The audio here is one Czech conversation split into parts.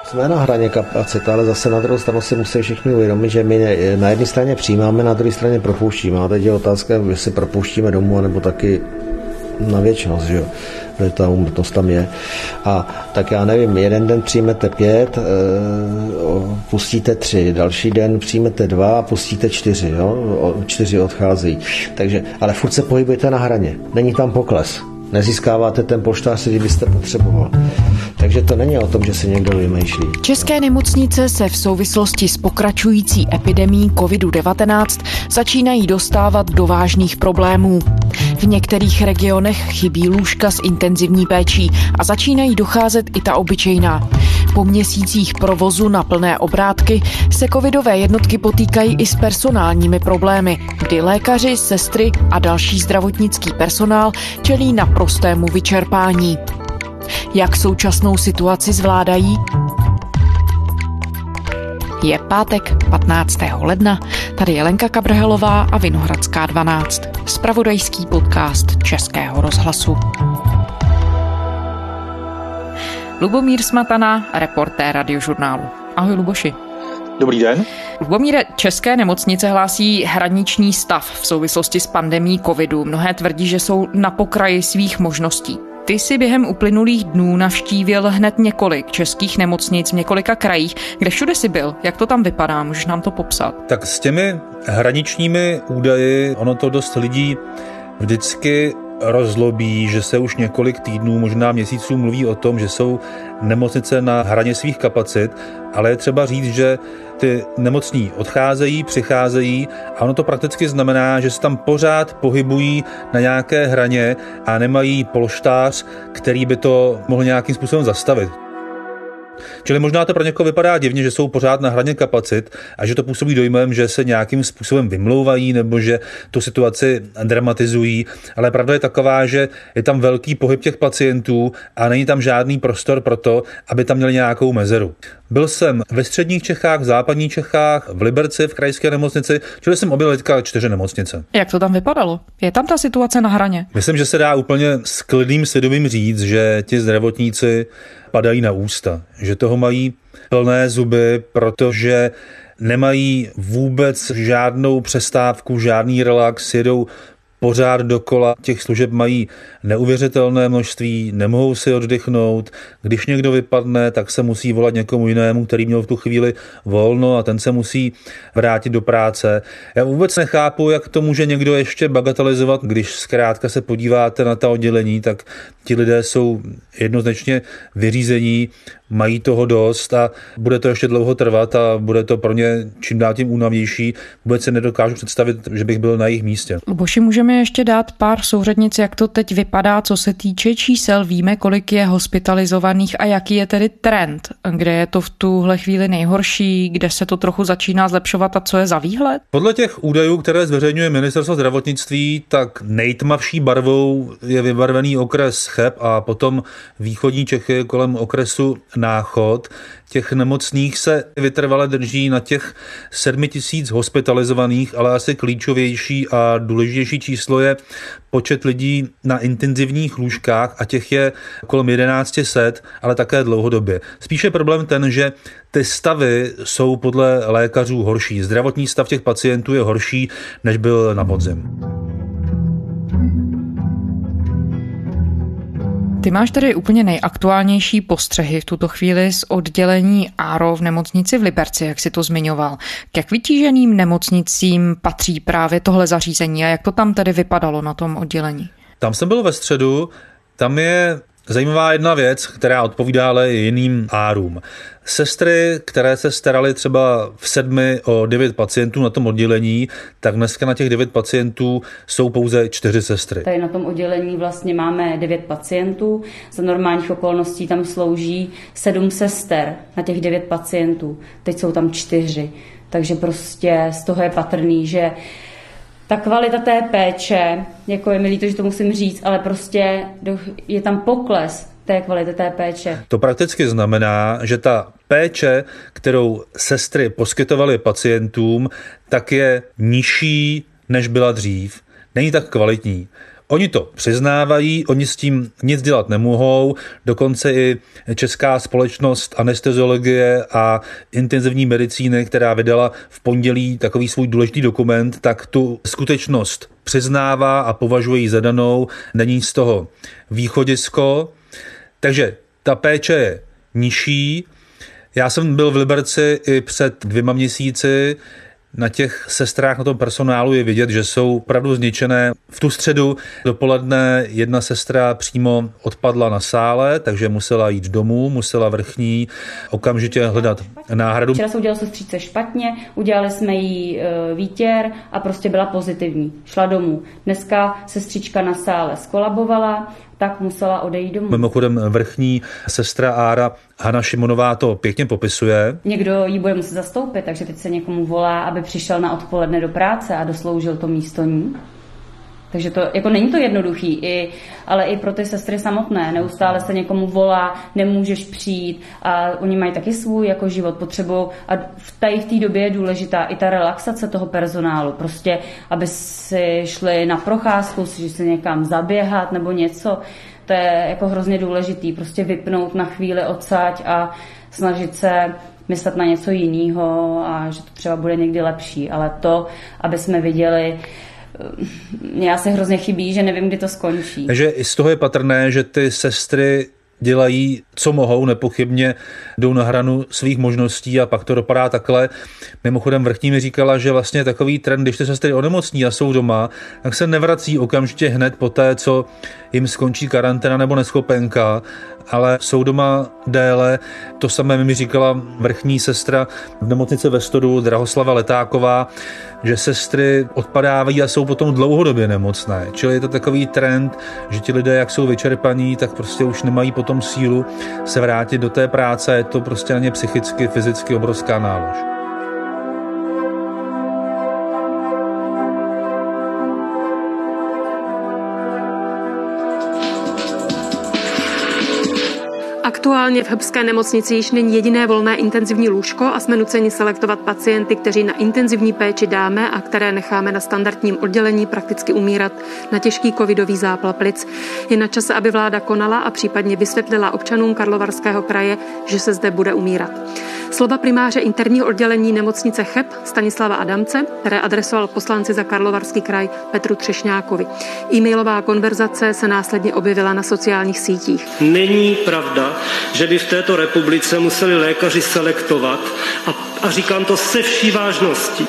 Jsme na hraně kapacit, ale zase na druhou stranu si musí všichni uvědomit, že my na jedné straně přijímáme, na druhé straně propouštíme. A teď je otázka, jestli propouštíme domů, nebo taky na věčnost, že jo, protože ta úmrtnost tam je. A tak já nevím, jeden den přijmete 5, pustíte 3, další den přijmete 2 a pustíte 4, jo, 4 odchází. Takže, ale furt se pohybujete na hraně, není tam pokles. Nezískáváte ten polštář, který byste potřeboval. Takže to není o tom, že si někdo vymýšlí. České nemocnice se v souvislosti s pokračující epidemií COVID-19 začínají dostávat do vážných problémů. V některých regionech chybí lůžka s intenzivní péčí a začínají docházet i ta obyčejná. Po měsících provozu na plné obrátky se covidové jednotky potýkají i s personálními problémy, kdy lékaři, sestry a další zdravotnický personál čelí naprostému vyčerpání. Jak současnou situaci zvládají? Je pátek 15. ledna, tady je Lenka Kabrhelová a Vinohradská 12, zpravodajský podcast Českého rozhlasu. Lubomír Smatana, reportér Radiožurnálu. Ahoj Luboši. Dobrý den. Lubomíre, české nemocnice hlásí hraniční stav v souvislosti s pandemií covidu. Mnohé tvrdí, že jsou na pokraji svých možností. Ty jsi během uplynulých dnů navštívil hned několik českých nemocnic v několika krajích. Kde všude jsi byl? Jak to tam vypadá? Můžeš nám to popsat? Tak s těmi hraničními údaji ono to dost lidí vždycky rozlobí, že se už několik týdnů, možná měsíců mluví o tom, že jsou nemocnice na hraně svých kapacit, ale je třeba říct, že ty nemocní odcházejí, přicházejí a ono to prakticky znamená, že se tam pořád pohybují na nějaké hraně a nemají polštář, který by to mohl nějakým způsobem zastavit. Čili možná to pro někoho vypadá divně, že jsou pořád na hraně kapacit a že to působí dojmem, že se nějakým způsobem vymlouvají nebo že tu situaci dramatizují, ale pravda je taková, že je tam velký pohyb těch pacientů a není tam žádný prostor pro to, aby tam měli nějakou mezeru. Byl jsem ve středních Čechách, v západních Čechách, v Liberci, v krajské nemocnici, čili jsem objel teďka 4 nemocnice. Jak to tam vypadalo? Je tam ta situace na hraně? Myslím, že se dá úplně s klidným svědomím říct, že ti zdravotníci padají na ústa, že toho mají plné zuby, protože nemají vůbec žádnou přestávku, žádný relax, jedou pořád dokola, těch služeb mají neuvěřitelné množství, nemohou si oddychnout. Když někdo vypadne, tak se musí volat někomu jinému, který měl v tu chvíli volno a ten se musí vrátit do práce. Já vůbec nechápu, jak to může někdo ještě bagatelizovat, když zkrátka se podíváte na ta oddělení, tak ti lidé jsou jednoznačně vyřízení, mají toho dost a bude to ještě dlouho trvat a bude to pro ně čím dál tím únavnější. Vůbec si nedokážu představit, že bych byl na jejich místě. Luboši, můžeme ještě dát pár souřadnic, jak to teď vypadá, co se týče čísel. Víme, kolik je hospitalizovaných a jaký je tedy trend, kde je to v tuhle chvíli nejhorší, kde se to trochu začíná zlepšovat a co je za výhled? Podle těch údajů, které zveřejňuje Ministerstvo zdravotnictví, tak nejtmavší barvou je vybarvený okres Cheb a potom východní Čechy kolem okresu Náchod. Těch nemocných se vytrvale drží na těch 7 000 hospitalizovaných, ale asi klíčovější a důležitější číslo je počet lidí na intenzivních lůžkách a těch je kolem 1100, ale také dlouhodobě. Spíše problém ten, že ty stavy jsou podle lékařů horší. Zdravotní stav těch pacientů je horší, než byl na podzim. Ty máš tady úplně nejaktuálnější postřehy v tuto chvíli z oddělení ARO v nemocnici v Liberci, jak si to zmiňoval. K jak vytíženým nemocnicím patří právě tohle zařízení a jak to tam tedy vypadalo na tom oddělení? Tam jsem byl ve středu, tam je zajímavá jedna věc, která odpovídá ale jiným árům. Sestry, které se staraly třeba v 7 o 9 pacientů na tom oddělení, tak dneska na těch 9 pacientů jsou pouze 4 sestry. Tady na tom oddělení vlastně máme 9 pacientů. Za normálních okolností tam slouží 7 sester na těch 9 pacientů. Teď jsou tam 4. Takže prostě z toho je patrný, že ta kvalita té péče, jako je mi líto, že to musím říct, ale prostě je tam pokles té kvality té péče. To prakticky znamená, že ta péče, kterou sestry poskytovaly pacientům, tak je nižší, než byla dřív. Není tak kvalitní. Oni to přiznávají, oni s tím nic dělat nemohou, dokonce i Česká společnost anesteziologie a intenzivní medicíny, která vydala v pondělí takový svůj důležitý dokument, tak tu skutečnost přiznává a považuje ji za danou, není z toho východisko, takže ta péče je nižší. Já jsem byl v Liberci i před 2 měsíci. Na těch sestrách, na tom personálu je vidět, že jsou opravdu zničené. V tu středu dopoledne jedna sestra přímo odpadla na sále, takže musela jít domů, musela vrchní okamžitě hledat náhradu. Včera se udělala sestřičce špatně, udělali jsme jí výtěr a prostě byla pozitivní. Šla domů. Dneska sestřička na sále skolabovala, tak musela odejít domů. Mimochodem vrchní sestra Ára Hana Šimonová to pěkně popisuje. Někdo jí bude muset zastoupit, takže teď se někomu volá, aby přišel na odpoledne do práce a dosloužil to místo ní. Takže to, jako není to jednoduchý, ale i pro ty sestry samotné. Neustále se někomu volá, nemůžeš přijít a oni mají taky svůj jako život, potřebu a v té době je důležitá i ta relaxace toho personálu. Prostě, aby si šli na procházku, si někam zaběhat nebo něco. To je jako hrozně důležitý, prostě vypnout na chvíli odsaď a snažit se myslet na něco jiného a že to třeba bude někdy lepší. Ale to, aby jsme viděli, já se hrozně chybí, že nevím, kdy to skončí. Takže i z toho je patrné, že ty sestry dělají, co mohou, nepochybně jdou na hranu svých možností a pak to dopadá takhle. Mimochodem vrchní mi říkala, že vlastně takový trend, když ty sestry onemocní a jsou doma, tak se nevrací okamžitě hned po té, co jim skončí karanténa nebo neschopenka, ale jsou doma déle. To samé mi říkala vrchní sestra v nemocnici ve Stodu Drahoslava Letáková, že sestry odpadávají a jsou potom dlouhodobě nemocné. Čili je to takový trend, že ti lidé, jak jsou vyčerpaní, tak prostě už nemají potom sílu se vrátit do té práce. Je to prostě na ně psychicky, fyzicky obrovská nálož. Aktuálně v Hbské nemocnici již není jediné volné intenzivní lůžko a jsme nuceni selektovat pacienty, kteří na intenzivní péči dáme a které necháme na standardním oddělení prakticky umírat na těžký covidový zápal plic. Je na čase, aby vláda konala a případně vysvětlila občanům Karlovarského kraje, že se zde bude umírat. Slova primáře interního oddělení nemocnice Cheb Stanislava Adamce, které adresoval poslanci za Karlovarský kraj Petru Třešňákovi. E-mailová konverzace se následně objevila na sociálních sítích. Není pravda, že by v této republice museli lékaři selektovat, a říkám to se vší vážností,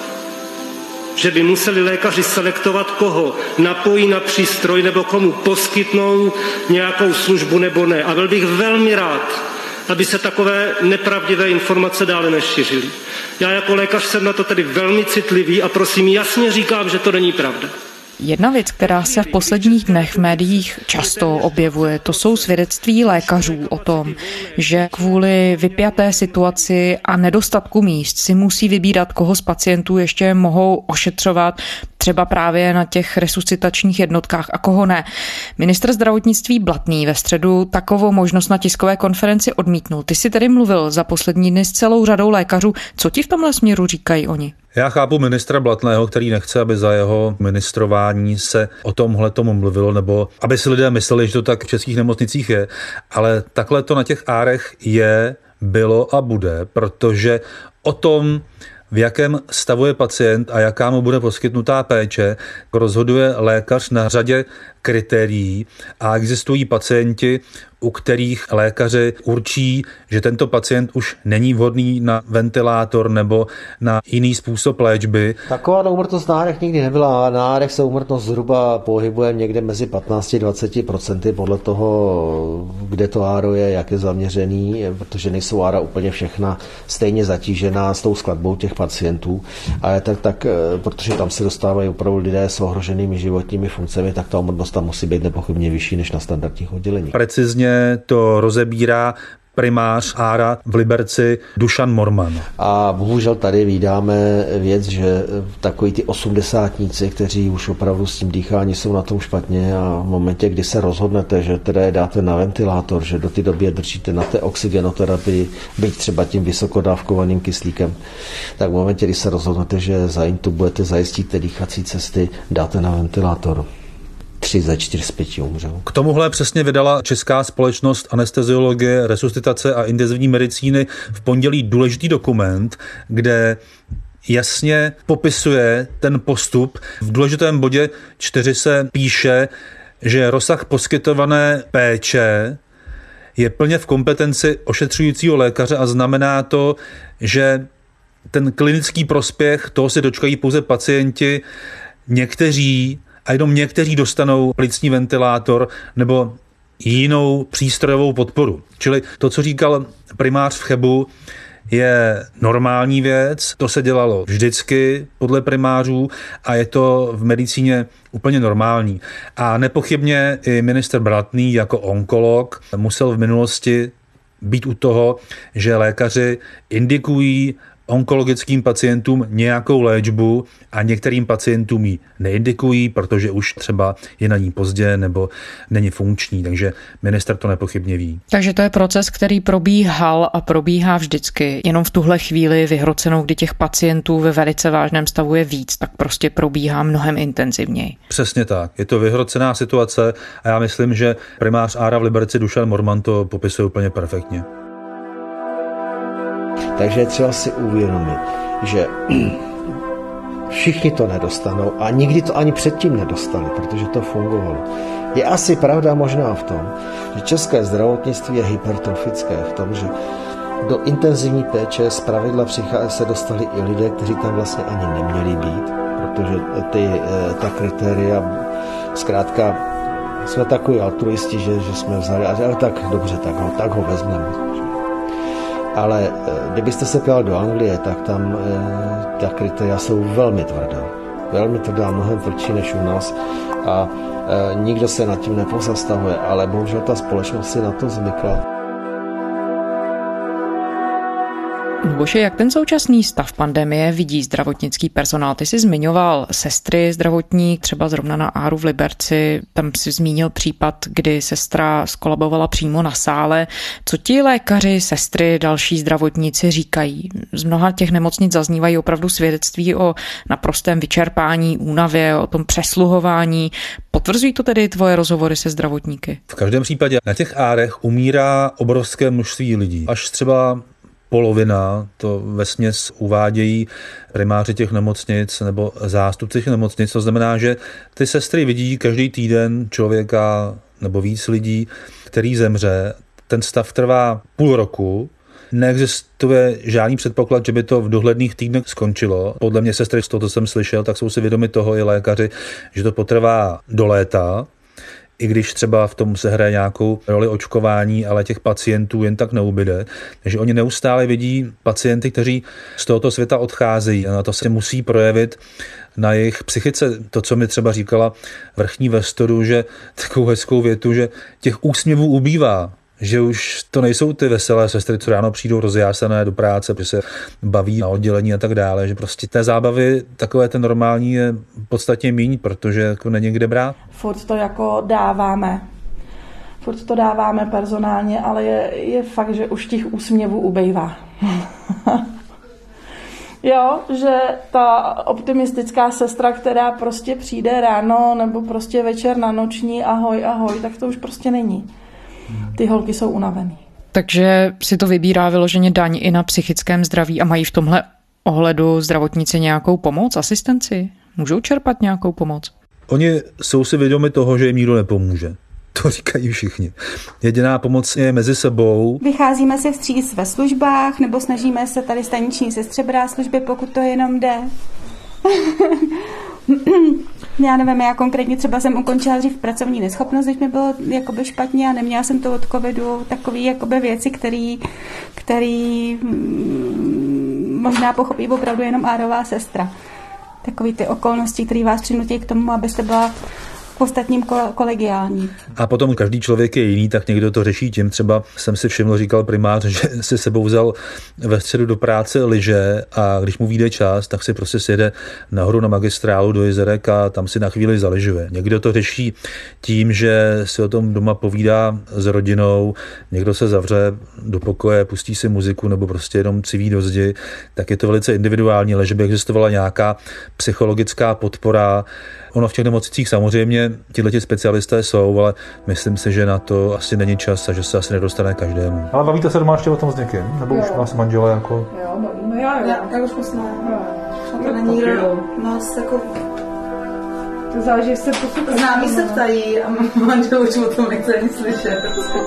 že by museli lékaři selektovat, koho napojí na přístroj nebo komu poskytnou nějakou službu nebo ne. A byl bych velmi rád, aby se takové nepravdivé informace dále nešířily. Já jako lékař jsem na to tedy velmi citlivý a prosím, jasně říkám, že to není pravda. Jedna věc, která se v posledních dnech v médiích často objevuje, to jsou svědectví lékařů o tom, že kvůli vypjaté situaci a nedostatku míst si musí vybírat, koho z pacientů ještě mohou ošetřovat, třeba právě na těch resuscitačních jednotkách a koho ne. Ministr zdravotnictví Blatný ve středu takovou možnost na tiskové konferenci odmítnul. Ty jsi tedy mluvil za poslední dny s celou řadou lékařů. Co ti v tomhle směru říkají oni? Já chápu ministra Blatného, který nechce, aby za jeho ministrování se o tomhle tomu mluvilo, nebo aby si lidé mysleli, že to tak v českých nemocnicích je, ale takhle to na těch árech je, bylo a bude, protože o tom, v jakém stavu je pacient a jaká mu bude poskytnutá péče, rozhoduje lékař na řadě kritérií a existují pacienti, u kterých lékaři určí, že tento pacient už není vhodný na ventilátor nebo na jiný způsob léčby. Taková úmrtnost na árech nikdy nebyla. Na árech se úmrtnost zhruba pohybuje někde mezi 15-20% podle toho, kde to áro je, jak je zaměřený, protože nejsou ára úplně všechna stejně zatížená s tou skladbou těch pacientů. Ale tak protože tam se dostávají opravdu lidé s ohroženými životními funkcemi, tak ta úmrtnost tam musí být nepochybně vyšší než na standardních odděleních. Precizně to rozebírá primář ára v Liberci Dušan Morman. A bohužel tady vídáme věc, že takový ty 80tníci, kteří už opravdu s tím dýchání jsou na tom špatně a v momentě, kdy se rozhodnete, že teda je dáte na ventilátor, že do té doby je držíte na té oxygenoterapii, byť třeba tím vysokodávkovaným kyslíkem, tak v momentě, kdy se rozhodnete, že zaintubujete, zajistíte dýchací cesty, dáte na ventilátor. 3 ze 4 z 5 umřou. K tomuhle přesně vydala Česká společnost anesteziologie, resuscitace a intenzivní medicíny v pondělí důležitý dokument, kde jasně popisuje ten postup. V důležitém bodě 4 se píše, že rozsah poskytované péče je plně v kompetenci ošetřujícího lékaře a znamená to, že ten klinický prospěch, toho se dočkají pouze pacienti, někteří a jenom někteří dostanou plicní ventilátor nebo jinou přístrojovou podporu. Čili to, co říkal primář v Chebu, je normální věc, to se dělalo vždycky podle primářů a je to v medicíně úplně normální. A nepochybně i ministr Blatný jako onkolog musel v minulosti být u toho, že lékaři indikují onkologickým pacientům nějakou léčbu a některým pacientům ji neindikují, protože už třeba je na ní pozdě nebo není funkční, takže minister to nepochybně ví. Takže to je proces, který probíhal a probíhá vždycky. Jenom v tuhle chvíli vyhrocenou, kdy těch pacientů ve velice vážném stavu je víc, tak prostě probíhá mnohem intenzivněji. Přesně tak. Je to vyhrocená situace a já myslím, že primář Ára v Liberci Dušan Morman to popisuje úplně perfektně. Takže je třeba si uvědomit, že všichni to nedostanou a nikdy to ani předtím nedostali, protože to fungovalo. Je asi pravda možná v tom, že české zdravotnictví je hypertrofické v tom, že do intenzivní péče zpravidla se dostali i lidé, kteří tam vlastně ani neměli být, protože ta kritéria, zkrátka jsme takový altruisti, že jsme vzali, ale tak dobře, tak ho vezmeme. Ale kdybyste se pěl do Anglie, tak tam ta kritéria jsou velmi tvrdá, mnohem tvrdší než u nás a nikdo se nad tím nepozastavuje, ale bohužel ta společnost si na to zvykla. Luboši, jak ten současný stav pandemie vidí zdravotnický personál? Ty jsi zmiňoval sestry zdravotní, třeba zrovna na Áru v Liberci, tam si zmínil případ, kdy sestra skolabovala přímo na sále. Co ti lékaři, sestry, další zdravotníci říkají? Z mnoha těch nemocnic zaznívají opravdu svědectví o naprostém vyčerpání, únavě, o tom přesluhování. Potvrzují to tedy tvoje rozhovory se zdravotníky? V každém případě na těch Árech umírá obrovské množství lidí. Až třeba polovina, to vesměs uvádějí primáři těch nemocnic nebo zástupci těch nemocnic. To znamená, že ty sestry vidí každý týden člověka nebo víc lidí, který zemře. Ten stav trvá půl roku. Neexistuje žádný předpoklad, že by to v dohledných týdnech skončilo. Podle mě sestry, z toho, co jsem slyšel, tak jsou si vědomi toho i lékaři, že to potrvá do léta. I když třeba v tom se hraje nějakou roli očkování, ale těch pacientů jen tak neubyde. Takže oni neustále vidí pacienty, kteří z tohoto světa odcházejí a na to se musí projevit na jejich psychice. To, co mi třeba říkala vrchní vestoru, že takovou hezkou větu, že těch úsměvů ubývá, že už to nejsou ty veselé sestry, co ráno přijdou rozjásané do práce, že se baví na oddělení a tak dále, že prostě té zábavy takové ten normální je podstatně míň, protože jako není kde brát. Furt to jako dáváme. Furt to dáváme personálně, ale je fakt, že už těch úsměvů ubejvá. Jo, že ta optimistická sestra, která prostě přijde ráno nebo prostě večer na noční ahoj, tak to už prostě není. Ty holky jsou unavený. Takže si to vybírá vyloženě daň i na psychickém zdraví a mají v tomhle ohledu zdravotníci nějakou pomoc, asistenci? Můžou čerpat nějakou pomoc? Oni jsou si vědomi toho, že jim nikdo nepomůže. To říkají všichni. Jediná pomoc je mezi sebou. Vycházíme se vstříc ve službách, nebo snažíme se tady staniční sestře brát služby, pokud to jenom jde. Já nevím, já konkrétně třeba jsem ukončila dřív pracovní neschopnost, když mi bylo jakoby špatně a neměla jsem to od covidu, takové jakoby věci, který možná pochopí opravdu jenom Árová sestra. Takové ty okolnosti, které vás přinutí k tomu, abyste byla ostatním kolegiální. A potom každý člověk je jiný, tak někdo to řeší tím. Třeba jsem si všiml, říkal primář, že si sebou vzal ve středu do práce lyže a když mu vyjde čas, tak si prostě sjede nahoru na magistrálu do Jezerek a tam si na chvíli zalyžuje. Někdo to řeší tím, že si o tom doma povídá s rodinou, někdo se zavře do pokoje, pustí si muziku nebo prostě jenom civí do zdi, tak je to velice individuální, ale že by existovala nějaká psychologická podpora. Ono v těch nemocnicích samozřejmě tihleti specialisté jsou, ale myslím si, že na to asi není čas a že se asi nedostane každému. Ale bavíte se doma ještě o tom s někým? Nebo už vás manžele jako... Jo, bavíme. Já už posledně. To není nikdo nás jako... To záleží, jestli se poslouchá. Známí se ptají a manžel už o tom nechce ani slyšet.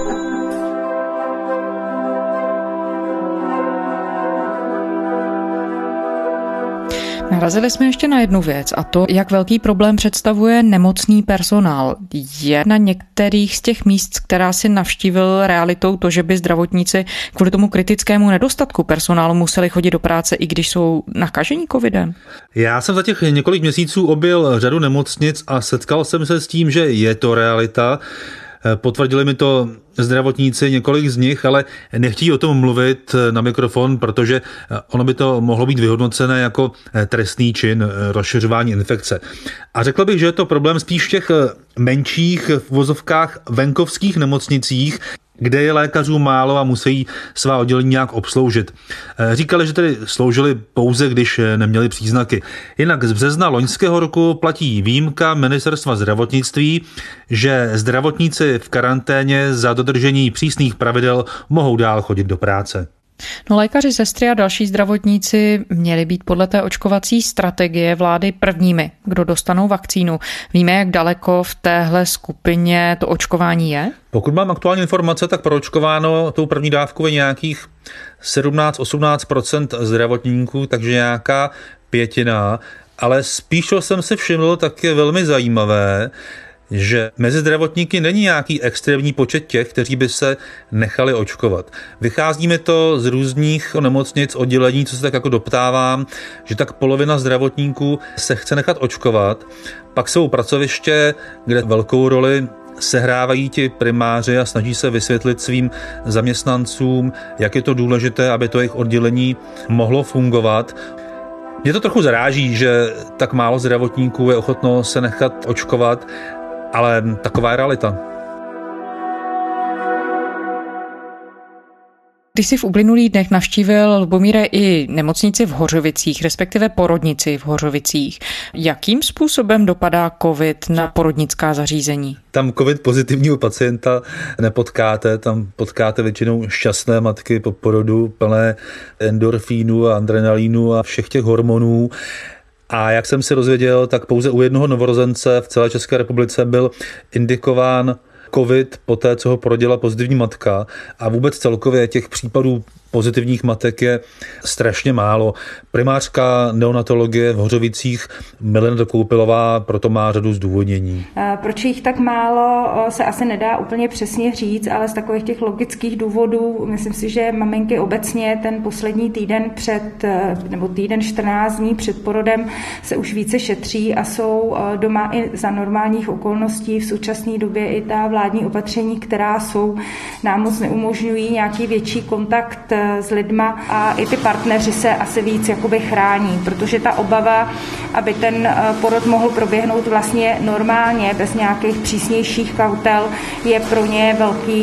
Narazili jsme ještě na jednu věc a to, jak velký problém představuje nemocný personál. Je na některých z těch míst, která si navštívil, realitou to, že by zdravotníci kvůli tomu kritickému nedostatku personálu museli chodit do práce, i když jsou nakažení covidem? Já jsem za těch několik měsíců objel řadu nemocnic a setkal jsem se s tím, že je to realita. Potvrdili mi to zdravotníci, několik z nich, ale nechtějí o tom mluvit na mikrofon, protože ono by to mohlo být vyhodnocené jako trestný čin, rozšiřování infekce. A řekl bych, že je to problém spíš v těch menších, v uvozovkách venkovských nemocnicích, kde je lékařů málo a musí svá oddělení nějak obsloužit. Říkali, že tedy sloužili pouze, když neměli příznaky. Jinak z března loňského roku platí výjimka Ministerstva zdravotnictví, že zdravotníci v karanténě za dodržení přísných pravidel mohou dál chodit do práce. No, lékaři, sestry a další zdravotníci měli být podle té očkovací strategie vlády prvními, kdo dostanou vakcínu. Víme, jak daleko v téhle skupině to očkování je? Pokud mám aktuální informace, tak proočkováno tou první dávkou je nějakých 17-18% zdravotníků, takže nějaká pětina. Ale spíš jsem si všiml, tak je velmi zajímavé, že mezi zdravotníky není nějaký extrémní počet těch, kteří by se nechali očkovat. Vychází mi to z různých nemocnic, oddělení, co se tak jako doptávám, že tak polovina zdravotníků se chce nechat očkovat. Pak jsou pracoviště, kde velkou roli sehrávají ti primáři a snaží se vysvětlit svým zaměstnancům, jak je to důležité, aby to jejich oddělení mohlo fungovat. Mě to trochu zaráží, že tak málo zdravotníků je ochotno se nechat očkovat, ale taková je realita. Když jsi v uplynulých dnech navštívil, Lubomíre, i nemocnici v Hořovicích, respektive porodnici v Hořovicích, jakým způsobem dopadá covid na porodnická zařízení? Tam covid pozitivního pacienta nepotkáte, tam potkáte většinou šťastné matky po porodu, plné endorfínu a adrenalínu a všech těch hormonů. A jak jsem si rozvěděl, tak pouze u jednoho novorozence v celé České republice byl indikován covid poté, co ho porodila pozitivní matka, a vůbec celkově těch případů pozitivních matek je strašně málo. Primářka neonatologie v Hořovicích Milena Dokoupilová proto má řadu zdůvodnění. Proč jich tak málo, se asi nedá úplně přesně říct, ale z takových těch logických důvodů, myslím si, že maminky obecně ten poslední týden nebo týden 14 dní před porodem se už více šetří a jsou doma i za normálních okolností. V současné době i ta vládní opatření, která jsou, nám moc neumožňují nějaký větší kontakt s lidma a i ty partneři se asi víc jakoby chrání, protože ta obava, aby ten porod mohl proběhnout vlastně normálně, bez nějakých přísnějších kautel, je pro ně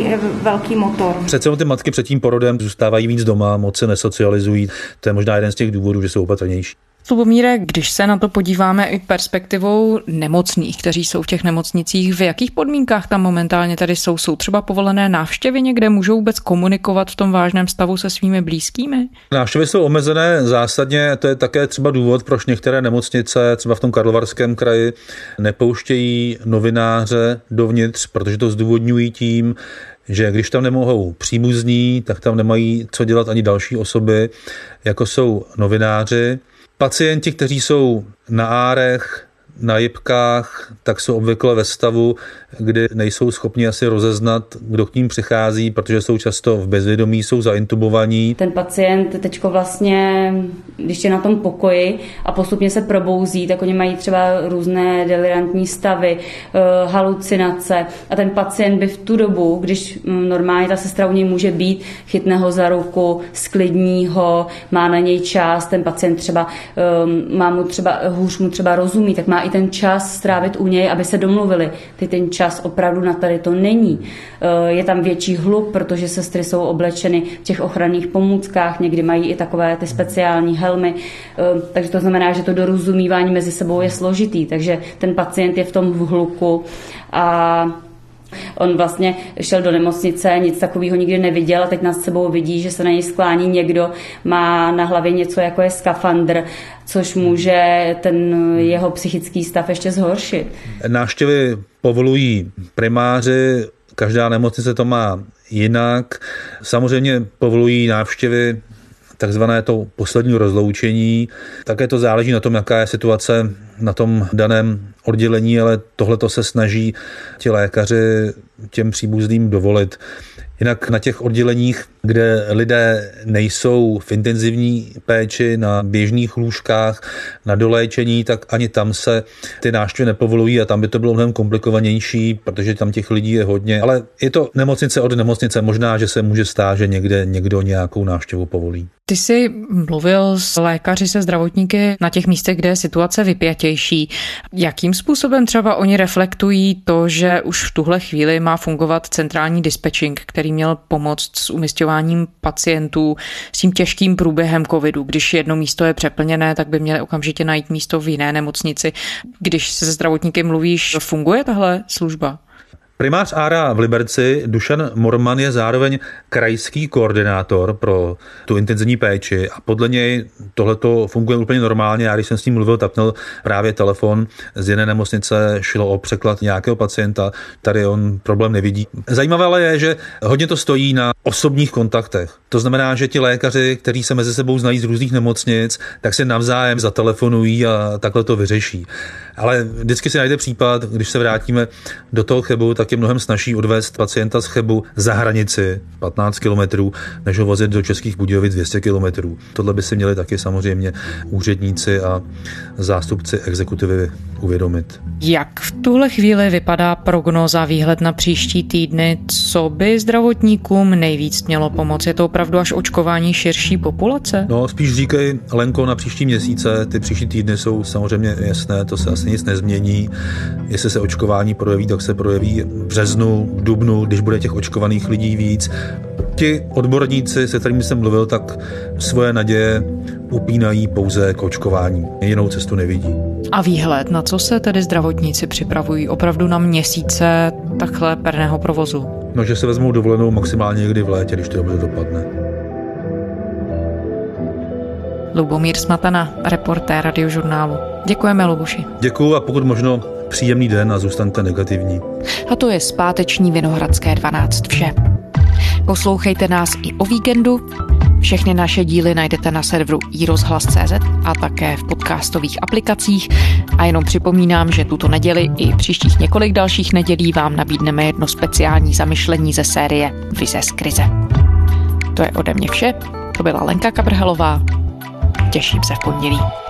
velký motor. Přece ty matky před tím porodem zůstávají víc doma, moc se nesocializují. To je možná jeden z těch důvodů, že jsou opatrnější. Lubomíre, když se na to podíváme i perspektivou nemocných, kteří jsou v těch nemocnicích, v jakých podmínkách tam momentálně tady jsou? Jsou třeba povolené návštěvy někde? Můžou vůbec komunikovat v tom vážném stavu se svými blízkými? Návštěvy jsou omezené zásadně, to je také třeba důvod, proč některé nemocnice, třeba v tom Karlovarském kraji, nepouštějí novináře dovnitř, protože to zdůvodňují tím, že když tam nemohou příbuzní, tak tam nemají co dělat ani další osoby, jako jsou novináři. Pacienti, kteří jsou na árech, na jipkách, tak jsou obvykle ve stavu, kdy nejsou schopni asi rozeznat, kdo k ním přichází, protože jsou často v bezvědomí, jsou zaintubovaní. Ten pacient teďko vlastně, když je na tom pokoji a postupně se probouzí, tak oni mají třeba různé delirantní stavy, halucinace a ten pacient by v tu dobu, když normálně ta sestra u něj může být, chytne ho za ruku, sklidní ho, má na něj čas, ten pacient třeba hůř mu třeba rozumí, tak má i i ten čas strávit u něj, aby se domluvili. Ten čas opravdu na tady to není. Je tam větší hluk, protože sestry jsou oblečeny v těch ochranných pomůckách, někdy mají i takové ty speciální helmy, takže to znamená, že to dorozumívání mezi sebou je složitý, takže ten pacient je v tom hluku a on vlastně šel do nemocnice, nic takového nikdy neviděl a teď nás sebou vidí, že se na něj sklání někdo, má na hlavě něco jako je skafandr, což může ten jeho psychický stav ještě zhoršit. Návštěvy povolují primáři, každá nemocnice to má jinak. Samozřejmě povolují návštěvy takzvané to poslední rozloučení. Také to záleží na tom, jaká je situace na tom daném oddělení, ale tohleto se snaží ti lékaři těm příbuzným dovolit. Jinak na těch odděleních, kde lidé nejsou v intenzivní péči, na běžných lůžkách, na doléčení, tak ani tam se ty návštěvy nepovolují a tam by to bylo mnohem komplikovanější, protože tam těch lidí je hodně. Ale je to nemocnice od nemocnice. Možná, že se může stát, že někde někdo nějakou návštěvu povolí. Ty jsi mluvil s lékaři, se zdravotníky na těch místech, kde je situace vypjatější. Jakým způsobem třeba oni reflektují to, že už v tuhle chvíli má fungovat centrální dispečing, který měl pomoct s umisťováním pacientů s tím těžkým průběhem covidu? Když jedno místo je přeplněné, tak by měli okamžitě najít místo v jiné nemocnici. Když se zdravotníky mluvíš, funguje tahle služba? Primář Ára v Liberci Dušan Morman je zároveň krajský koordinátor pro tu intenzivní péči a podle něj tohleto funguje úplně normálně. Já když jsem s ním mluvil, tak měl právě telefon z jiné nemocnice, šlo o překlad nějakého pacienta, tady on problém nevidí. Zajímavé ale je, že hodně to stojí na osobních kontaktech. To znamená, že ti lékaři, kteří se mezi sebou znají z různých nemocnic, tak se navzájem zatelefonují a takhle to vyřeší. Ale vždycky se najde případ, když se vrátíme do toho Chebu, tak je mnohem snazší odvést pacienta z Chebu za hranici 15 kilometrů, než ho vozit do Českých Budějovic 200 kilometrů. Tohle by si měli taky samozřejmě úředníci a zástupci exekutivy uvědomit. Jak v tuhle chvíli vypadá prognóza, výhled na příští týdny? Co by zdravotníkům nejvíc mělo pomoct? Je to opravdu až očkování širší populace? No, spíš říkej, Lenko, na příští měsíce. Ty příští týdny jsou samozřejmě jasné, to se asi nic nezmění. Jestli se očkování projeví, tak se projeví v březnu, v dubnu, když bude těch očkovaných lidí víc. Ti odborníci, se kterými jsem mluvil, tak svoje naděje upínají pouze k očkování. Jinou cestu nevidí. A výhled, na co se tedy zdravotníci připravují? Opravdu na měsíce takhle perného provozu? No, že se vezmou dovolenou maximálně někdy v létě, když to dobře dopadne. Lubomír Smatana, reportér Radiožurnálu. Děkujeme, Lubuši. Děkuju a pokud možno příjemný den a zůstaňte negativní. A to je z páteční Vinohradské 12 vše. Poslouchejte nás i o víkendu. Všechny naše díly najdete na serveru iRozhlas.cz a také v podcastových aplikacích. A jenom připomínám, že tuto neděli i příštích několik dalších nedělí vám nabídneme jedno speciální zamyšlení ze série Vize z krize. To je ode mě vše. To byla Lenka Kabrhelová. Těším se v pondělí.